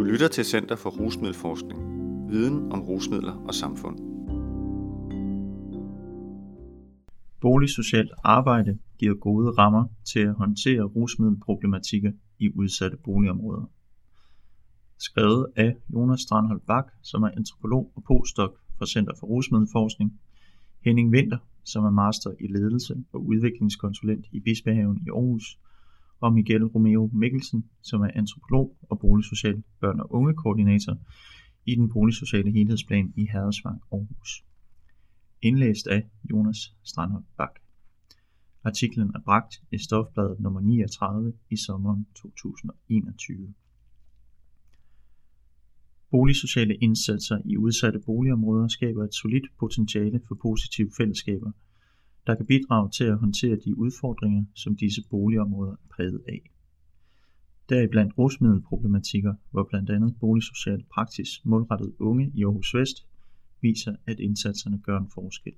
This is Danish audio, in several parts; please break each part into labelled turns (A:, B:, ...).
A: lytter til Center for Rusmiddelforskning. Viden om rusmidler og samfund.
B: Boligsocialt arbejde giver gode rammer til at håndtere rusmiddelproblematikker i udsatte boligområder. Skrevet af Jonas Strandholt Bach, som er antropolog og postdoc for Center for Rusmiddelforskning, Henning Winther, som er master i ledelse og udviklingskonsulent i Bispehaven i Aarhus, og Miguel Romero Mikkelsen, som er antropolog og boligsocial børn- og ungekoordinator i den boligsociale helhedsplan i Herredsvang, Aarhus. Indlæst af Jonas Strandholt Bach. Artiklen er bragt i Stofbladet nummer 39 i sommeren 2021. Boligsociale indsatser i udsatte boligområder skaber et solidt potentiale for positive fællesskaber, der kan bidrage til at håndtere de udfordringer, som disse boligområder er præget af. Deriblandt rusmiddelproblematikker, hvor blandt andet boligsocial praksis målrettet unge i Aarhus Vest viser, at indsatserne gør en forskel.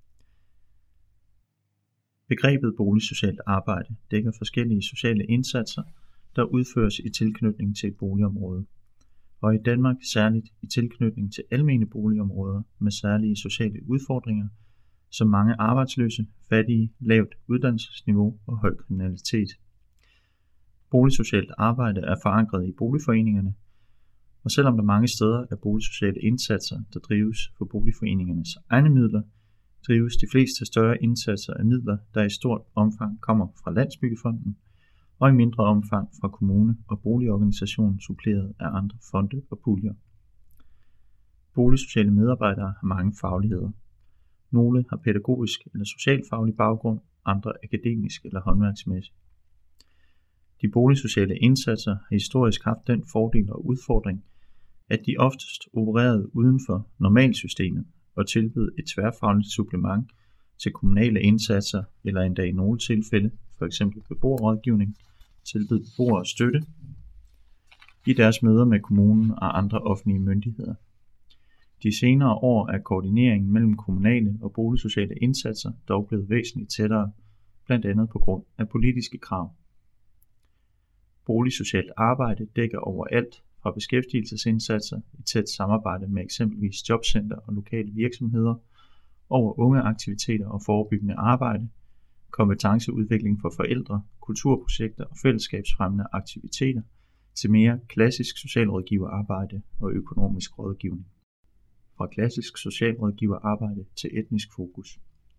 B: Begrebet boligsocialt arbejde dækker forskellige sociale indsatser, der udføres i tilknytning til et boligområde, og i Danmark særligt i tilknytning til almene boligområder med særlige sociale udfordringer, som mange arbejdsløse, fattige, lavt uddannelsesniveau og høj kriminalitet. Boligsocialt arbejde er forankret i boligforeningerne, og selvom der mange steder er boligsociale indsatser, der drives for boligforeningernes egne midler, drives de fleste større indsatser af midler, der i stort omfang kommer fra Landsbyggefonden, og i mindre omfang fra kommune- og boligorganisationen suppleret af andre fonde og puljer. Boligsociale medarbejdere har mange fagligheder. Nogle har pædagogisk eller socialfaglig baggrund, andre akademisk eller håndværksmæssig. De boligsociale indsatser har historisk haft den fordel og udfordring, at de oftest opererede uden for normalsystemet og tilbød et tværfagligt supplement til kommunale indsatser eller endda i nogle tilfælde, f.eks. beboerrådgivning, tilbød beboere støtte i deres møder med kommunen og andre offentlige myndigheder. De senere år er koordineringen mellem kommunale og boligsociale indsatser dog blevet væsentligt tættere, blandt andet på grund af politiske krav. Boligsocialt arbejde dækker overalt fra beskæftigelsesindsatser i tæt samarbejde med eksempelvis jobcenter og lokale virksomheder, over ungeaktiviteter og forebyggende arbejde, kompetenceudvikling for forældre, kulturprojekter og fællesskabsfremmende aktiviteter, til mere klassisk socialrådgiverarbejde og økonomisk rådgivning. Fra klassisk socialrådgiverarbejde til etnisk fokus.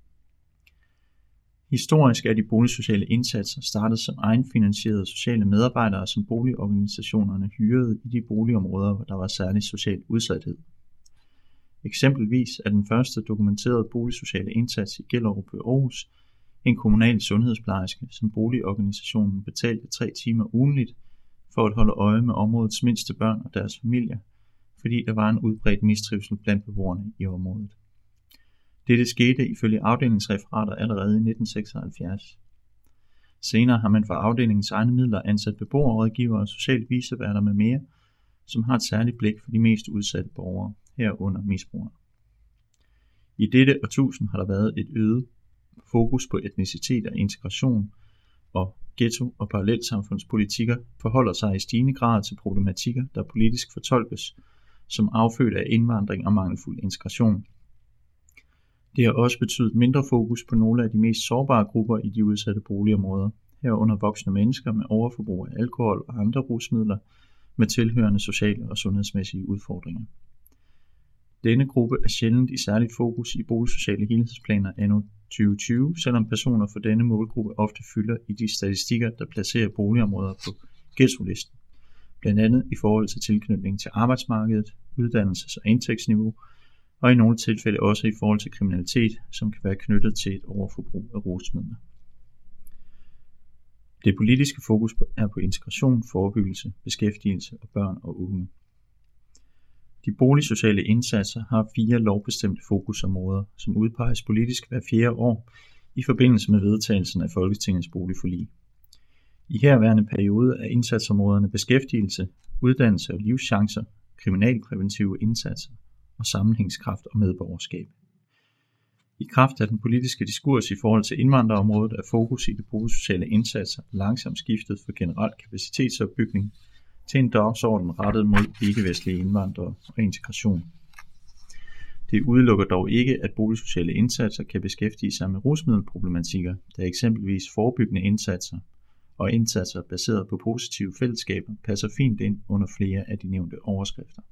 B: Historisk er de boligsociale indsatser startet som egenfinansierede sociale medarbejdere, som boligorganisationerne hyrede i de boligområder, hvor der var særlig social udsathed. Eksempelvis er den første dokumenterede boligsociale indsats i Gellerup ved Aarhus en kommunal sundhedsplejerske, som boligorganisationen betalte 3 timer ugentligt for at holde øje med områdets mindste børn og deres familier, fordi der var en udbredt mistrivsel blandt beboerne i området. Dette skete ifølge afdelingsreferater allerede i 1976. Senere har man for afdelingens egne midler ansat beboerrådgivere og sociale viceværter med mere, som har et særligt blik for de mest udsatte borgere, herunder misbrugere. I dette årtusind har der været et øget fokus på etnicitet og integration, og ghetto- og parallelsamfundspolitikker forholder sig i stigende grad til problematikker, der politisk fortolkes som affødt af indvandring og mangelfuld integration. Det har også betydet mindre fokus på nogle af de mest sårbare grupper i de udsatte boligområder, herunder voksne mennesker med overforbrug af alkohol og andre rusmidler med tilhørende sociale og sundhedsmæssige udfordringer. Denne gruppe er sjældent i særligt fokus i boligsociale helhedsplaner anno 2020, selvom personer for denne målgruppe ofte fylder i de statistikker, der placerer boligområder på ghettolisten, blandt andet i forhold til tilknytning til arbejdsmarkedet, uddannelses- og indtægtsniveau, og i nogle tilfælde også i forhold til kriminalitet, som kan være knyttet til et overforbrug af rusmidler. Det politiske fokus er på integration, forebyggelse, beskæftigelse og børn og unge. De boligsociale indsatser har 4 lovbestemte fokusområder, som udpeges politisk hver 4. år i forbindelse med vedtagelsen af Folketingets boligforlig. I herværende periode er indsatsområderne beskæftigelse, uddannelse og livschancer, kriminalpræventive indsatser og sammenhængskraft og medborgerskab. I kraft af den politiske diskurs i forhold til indvandrerområdet er fokus i de boligsociale indsatser langsomt skiftet fra generel kapacitetsopbygning til en dagsorden rettet mod ikke-vestlige indvandrere og integration. Det udelukker dog ikke, at boligsociale indsatser kan beskæftige sig med rusmiddelproblematikker, da eksempelvis forebyggende indsatser og indsatser baseret på positive fællesskaber passer fint ind under flere af de nævnte overskrifter.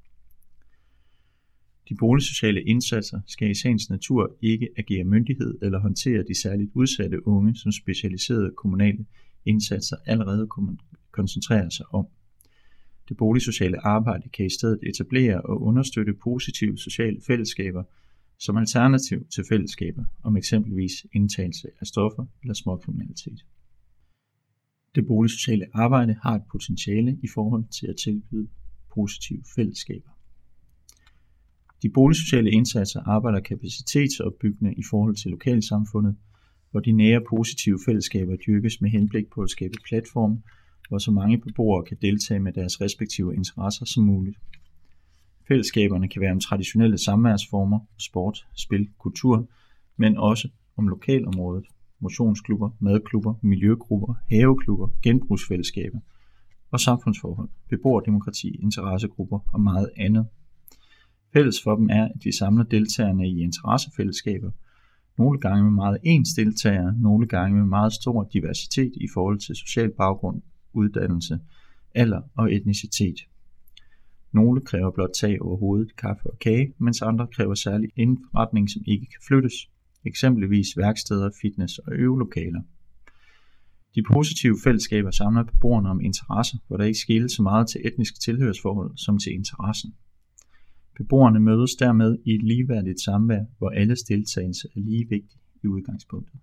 B: De boligsociale indsatser skal i sagens natur ikke agere myndighed eller håndtere de særligt udsatte unge, som specialiserede kommunale indsatser allerede koncentrerer sig om. Det boligsociale arbejde kan i stedet etablere og understøtte positive sociale fællesskaber som alternativ til fællesskaber om eksempelvis indtagelse af stoffer eller småkriminalitet. Det boligsociale arbejde har et potentiale i forhold til at tilbyde positive fællesskaber. De boligsociale indsatser arbejder kapacitetsopbyggende i forhold til lokalsamfundet, hvor de nære positive fællesskaber dyrkes med henblik på at skabe platforme, hvor så mange beboere kan deltage med deres respektive interesser som muligt. Fællesskaberne kan være om traditionelle samværsformer, sport, spil, kultur, men også om lokalområdet, motionsklubber, madklubber, miljøgrupper, haveklubber, genbrugsfællesskaber og samfundsforhold, beboerdemokrati, interessegrupper og meget andet. Fælles for dem er, at de samler deltagerne i interessefællesskaber, nogle gange med meget ens deltagere, nogle gange med meget stor diversitet i forhold til social baggrund, uddannelse, alder og etnicitet. Nogle kræver blot tag over hovedet, kaffe og kage, mens andre kræver særlig indretning, som ikke kan flyttes, eksempelvis værksteder, fitness og øvelokaler. De positive fællesskaber samler beboerne om interesser, hvor der ikke skeles så meget til etnisk tilhørsforhold som til interessen. Beboerne mødes dermed i et ligeværdigt samvær, hvor alles deltagelse er lige vigtig i udgangspunktet.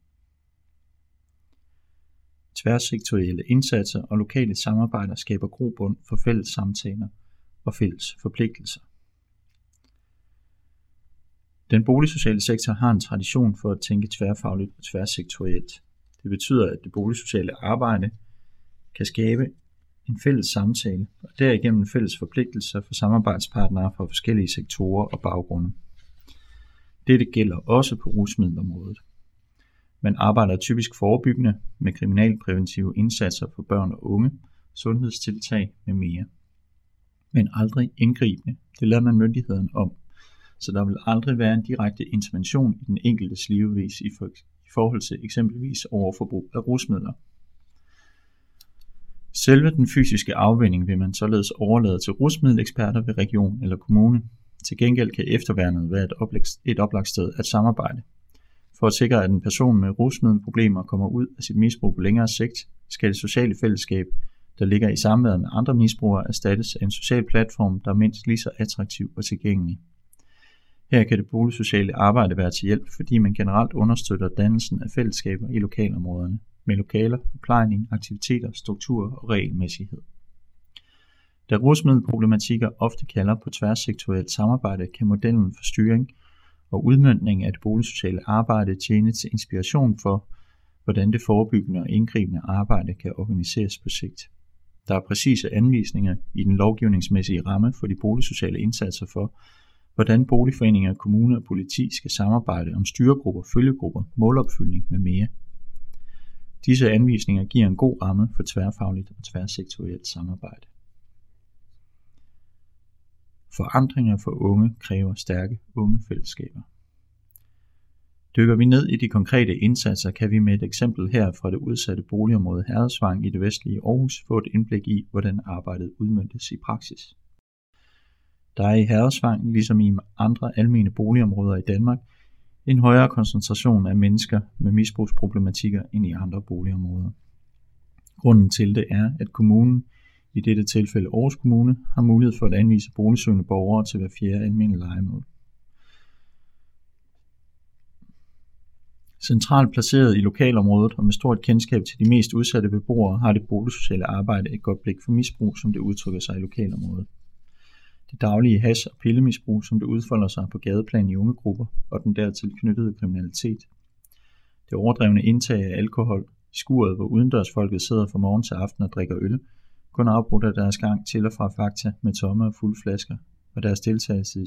B: Tværsektorielle indsatser og lokale samarbejder skaber grobund for fælles samtaler og fælles forpligtelser. Den boligsociale sektor har en tradition for at tænke tværfagligt og tværsektorielt. Det betyder, at det boligsociale arbejde kan skabe en fælles samtale og derigennem fælles forpligtelser for samarbejdspartnere fra forskellige sektorer og baggrunde. Dette gælder også på rusmiddelområdet. Man arbejder typisk forebyggende med kriminalpræventive indsatser for børn og unge, sundhedstiltag med mere. Men aldrig indgribende. Det lader man myndighederne om, så der vil aldrig være en direkte intervention i den enkeltes levevis i forhold til eksempelvis overforbrug af rusmidler. Selve den fysiske afvænning vil man således overlade til rusmiddeleksperter ved region eller kommune. Til gengæld kan efterværnet være et oplagt sted at samarbejde. For at sikre, at en person med rusmiddelproblemer kommer ud af sit misbrug på længere sigt, skal det sociale fællesskab, der ligger i samværet med andre misbrugere, erstattes af en social platform, der er mindst lige så attraktiv og tilgængelig. Her kan det boligsociale arbejde være til hjælp, fordi man generelt understøtter dannelsen af fællesskaber i lokalområderne, med lokaler, forplejning, aktiviteter, strukturer og regelmæssighed. Da rusmiddelproblematikker ofte kalder på tværsektorielt samarbejde, kan modellen for styring og udmøntning af det boligsociale arbejde tjene til inspiration for, hvordan det forebyggende og indgribende arbejde kan organiseres på sigt. Der er præcise anvisninger i den lovgivningsmæssige ramme for de boligsociale indsatser for, hvordan boligforeninger, kommuner og politi skal samarbejde om styregrupper, følgegrupper, målopfyldning med mere. Disse anvisninger giver en god ramme for tværfagligt og tværsektorielt samarbejde. Forandringer for unge kræver stærke unge fællesskaber. Dykker vi ned i de konkrete indsatser, kan vi med et eksempel her fra det udsatte boligområde Herredsvang i det vestlige Aarhus få et indblik i, hvordan arbejdet udmøntes i praksis. Der er i Herredsvang, ligesom i andre almene boligområder i Danmark, en højere koncentration af mennesker med misbrugsproblematikker end i andre boligområder. Grunden til det er, at kommunen, i dette tilfælde Aarhus Kommune, har mulighed for at anvise boligsøgende borgere til hver fjerde almene lejemål. Centralt placeret i lokalområdet og med stort kendskab til de mest udsatte beboere, har det boligsociale arbejde et godt blik for misbrug, som det udtrykker sig i lokalområdet. Det daglige hash- og pillemisbrug, som det udfolder sig på gadeplan i unge grupper, og den dertil knyttede kriminalitet. Det overdrevne indtag af alkohol i skuret, hvor udendørsfolket sidder fra morgen til aften og drikker øl, kun afbrudt af deres gang til og fra Fakta med tomme og fulde flasker, og deres deltagelse i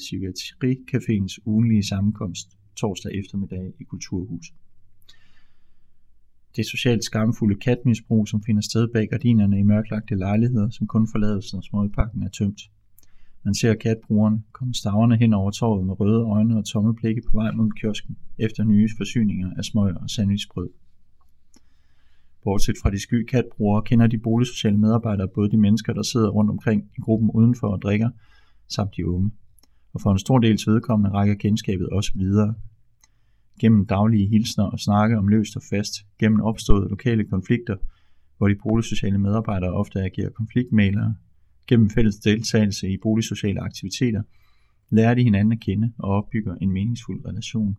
B: Psykiatricaféens ugenlige sammenkomst torsdag eftermiddag i Kulturhuset. Det socialt skamfulde katmisbrug, som finder sted bag gardinerne i mørklagte lejligheder, som kun forlades, når smøgpakken er tømt. Man ser katbrugerne komme staverne hen over torvet med røde øjne og tomme blikke på vej mod kiosken, efter nye forsyninger af smøger og sandwichbrød. Bortset fra de sky katbrugere kender de boligsociale medarbejdere både de mennesker, der sidder rundt omkring i gruppen udenfor og drikker, samt de unge. Og for en stor dels vedkommende rækker kendskabet også videre. Gennem daglige hilsner og snakke om løst og fast, gennem opståede lokale konflikter, hvor de boligsociale medarbejdere ofte agerer konfliktmælere, gennem fælles deltagelse i boligsociale aktiviteter, lærer de hinanden at kende og opbygger en meningsfuld relation.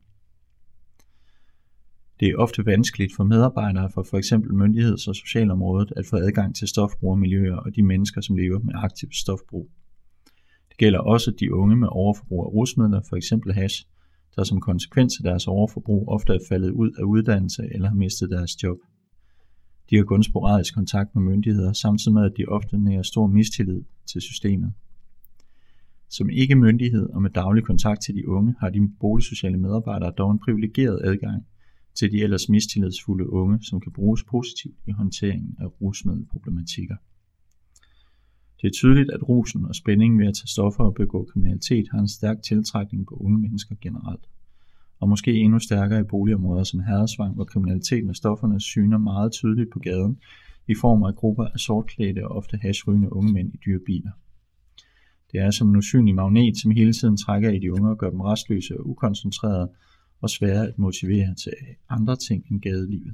B: Det er ofte vanskeligt for medarbejdere fra f.eks. myndigheds- og socialområdet at få adgang til stofbrugermiljøer og de mennesker, som lever med aktiv stofbrug. Det gælder også de unge med overforbrug af rusmidler, f.eks. hash, der som konsekvens af deres overforbrug ofte er faldet ud af uddannelse eller har mistet deres job. De har kun sporadisk kontakt med myndigheder, samtidig med at de ofte nærer stor mistillid til systemet. Som ikke myndighed og med daglig kontakt til de unge, har de boligsociale medarbejdere dog en privilegeret adgang til de ellers mistillidsfulde unge, som kan bruges positivt i håndteringen af rusmiddelproblematikker. Det er tydeligt, at rusen og spændingen ved at tage stoffer og begå kriminalitet har en stærk tiltrækning på unge mennesker generelt, og måske endnu stærkere i boligområder som Herredsvang, hvor kriminaliteten og stofferne syner meget tydeligt på gaden i form af grupper af sortklædte og ofte hashrygende unge mænd i dyre biler. Det er som en usynlig magnet, som hele tiden trækker i de unge og gør dem restløse og ukoncentrerede og svære at motivere til andre ting end gadelivet.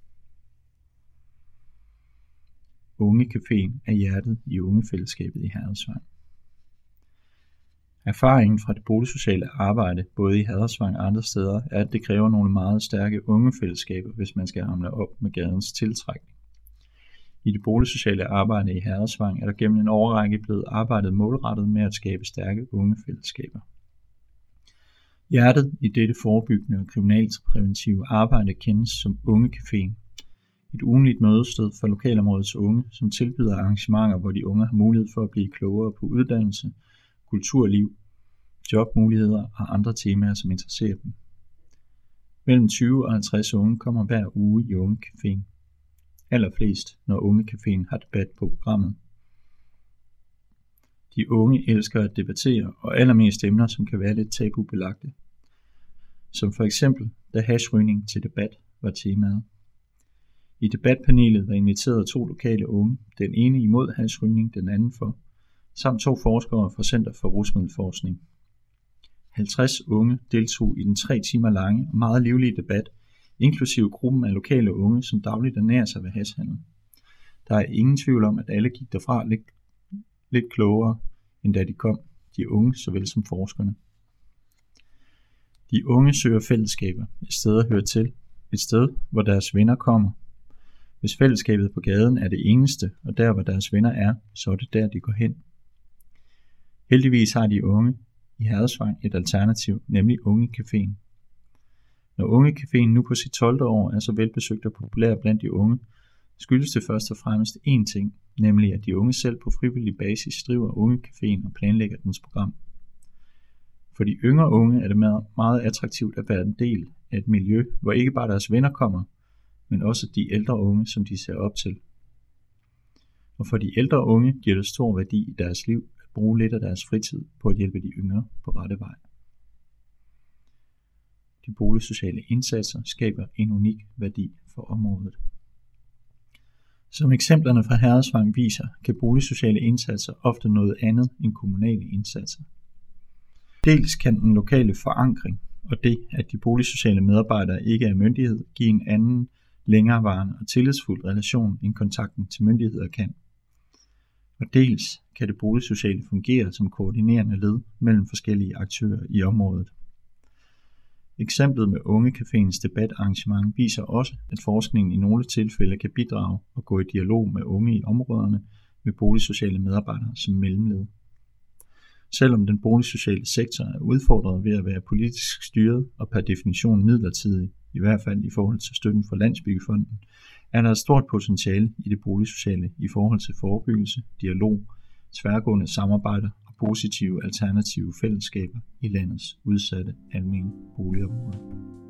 B: Ungecaféen er hjertet i ungefællesskabet i Herredsvang. Erfaringen fra det boligsociale arbejde, både i Herredsvang og andre steder, er, at det kræver nogle meget stærke ungefællesskaber, hvis man skal hamle op med gadens tiltrækning. I det boligsociale arbejde i Herredsvang er der gennem en årrække blevet arbejdet målrettet med at skabe stærke ungefællesskaber. Hjertet i dette forebyggende og kriminalpræventive arbejde kendes som Ungecaféen. Et ugentligt mødested for lokalområdets unge, som tilbyder arrangementer, hvor de unge har mulighed for at blive klogere på uddannelse, kulturliv, jobmuligheder og andre temaer, som interesserer dem. Mellem 20 og 50 unge kommer hver uge i Ungecaféen. Allerflest, når Ungecaféen har debat på programmet. De unge elsker at debattere, og allermest emner, som kan være lidt tabubelagte. Som for eksempel, da hashrygning til debat var temaet. I debatpanelet var inviteret 2 lokale unge, den ene imod hashrygning, den anden for, samt 2 forskere fra Center for Rusmiddelforskning. 50 unge deltog i den 3 timer lange og meget livlige debat, inklusive gruppen af lokale unge, som dagligt ernærer sig ved hashhandel. Der er ingen tvivl om, at alle gik derfra lidt klogere, end da de kom, de unge såvel som forskerne. De unge søger fællesskaber, et sted at høre til, et sted, hvor deres venner kommer. Hvis fællesskabet på gaden er det eneste, og der hvor deres venner er, så er det der de går hen. Heldigvis har de unge i Herredsvang et alternativ, nemlig Ungecaféen. Når Ungecaféen nu på sit 12. år er så velbesøgt og populær blandt de unge, skyldes det først og fremmest én ting, nemlig at de unge selv på frivillig basis driver Ungecaféen og planlægger dens program. For de yngre unge er det meget attraktivt at være en del af et miljø, hvor ikke bare deres venner kommer, men også de ældre unge, som de ser op til. Og for de ældre unge giver det stor værdi i deres liv at bruge lidt af deres fritid på at hjælpe de yngre på rette vej. De boligsociale indsatser skaber en unik værdi for området. Som eksemplerne fra Herredsvang viser, kan boligsociale indsatser ofte noget andet end kommunale indsatser. Dels kan den lokale forankring og det, at de boligsociale medarbejdere ikke er myndighed, give en anden, længerevarende og tillidsfuld relation end kontakten til myndigheder kan. Og dels kan det boligsociale fungere som koordinerende led mellem forskellige aktører i området. Eksemplet med Ungecaféens debatarrangement viser også, at forskningen i nogle tilfælde kan bidrage og gå i dialog med unge i områderne med boligsociale medarbejdere som mellemled. Selvom den boligsociale sektor er udfordret ved at være politisk styret og per definition midlertidig, i hvert fald i forhold til støtten fra Landsbyggefonden, er der et stort potentiale i det boligsociale i forhold til forebyggelse, dialog, tværgående samarbejder og positive alternative fællesskaber i landets udsatte almene boligområder.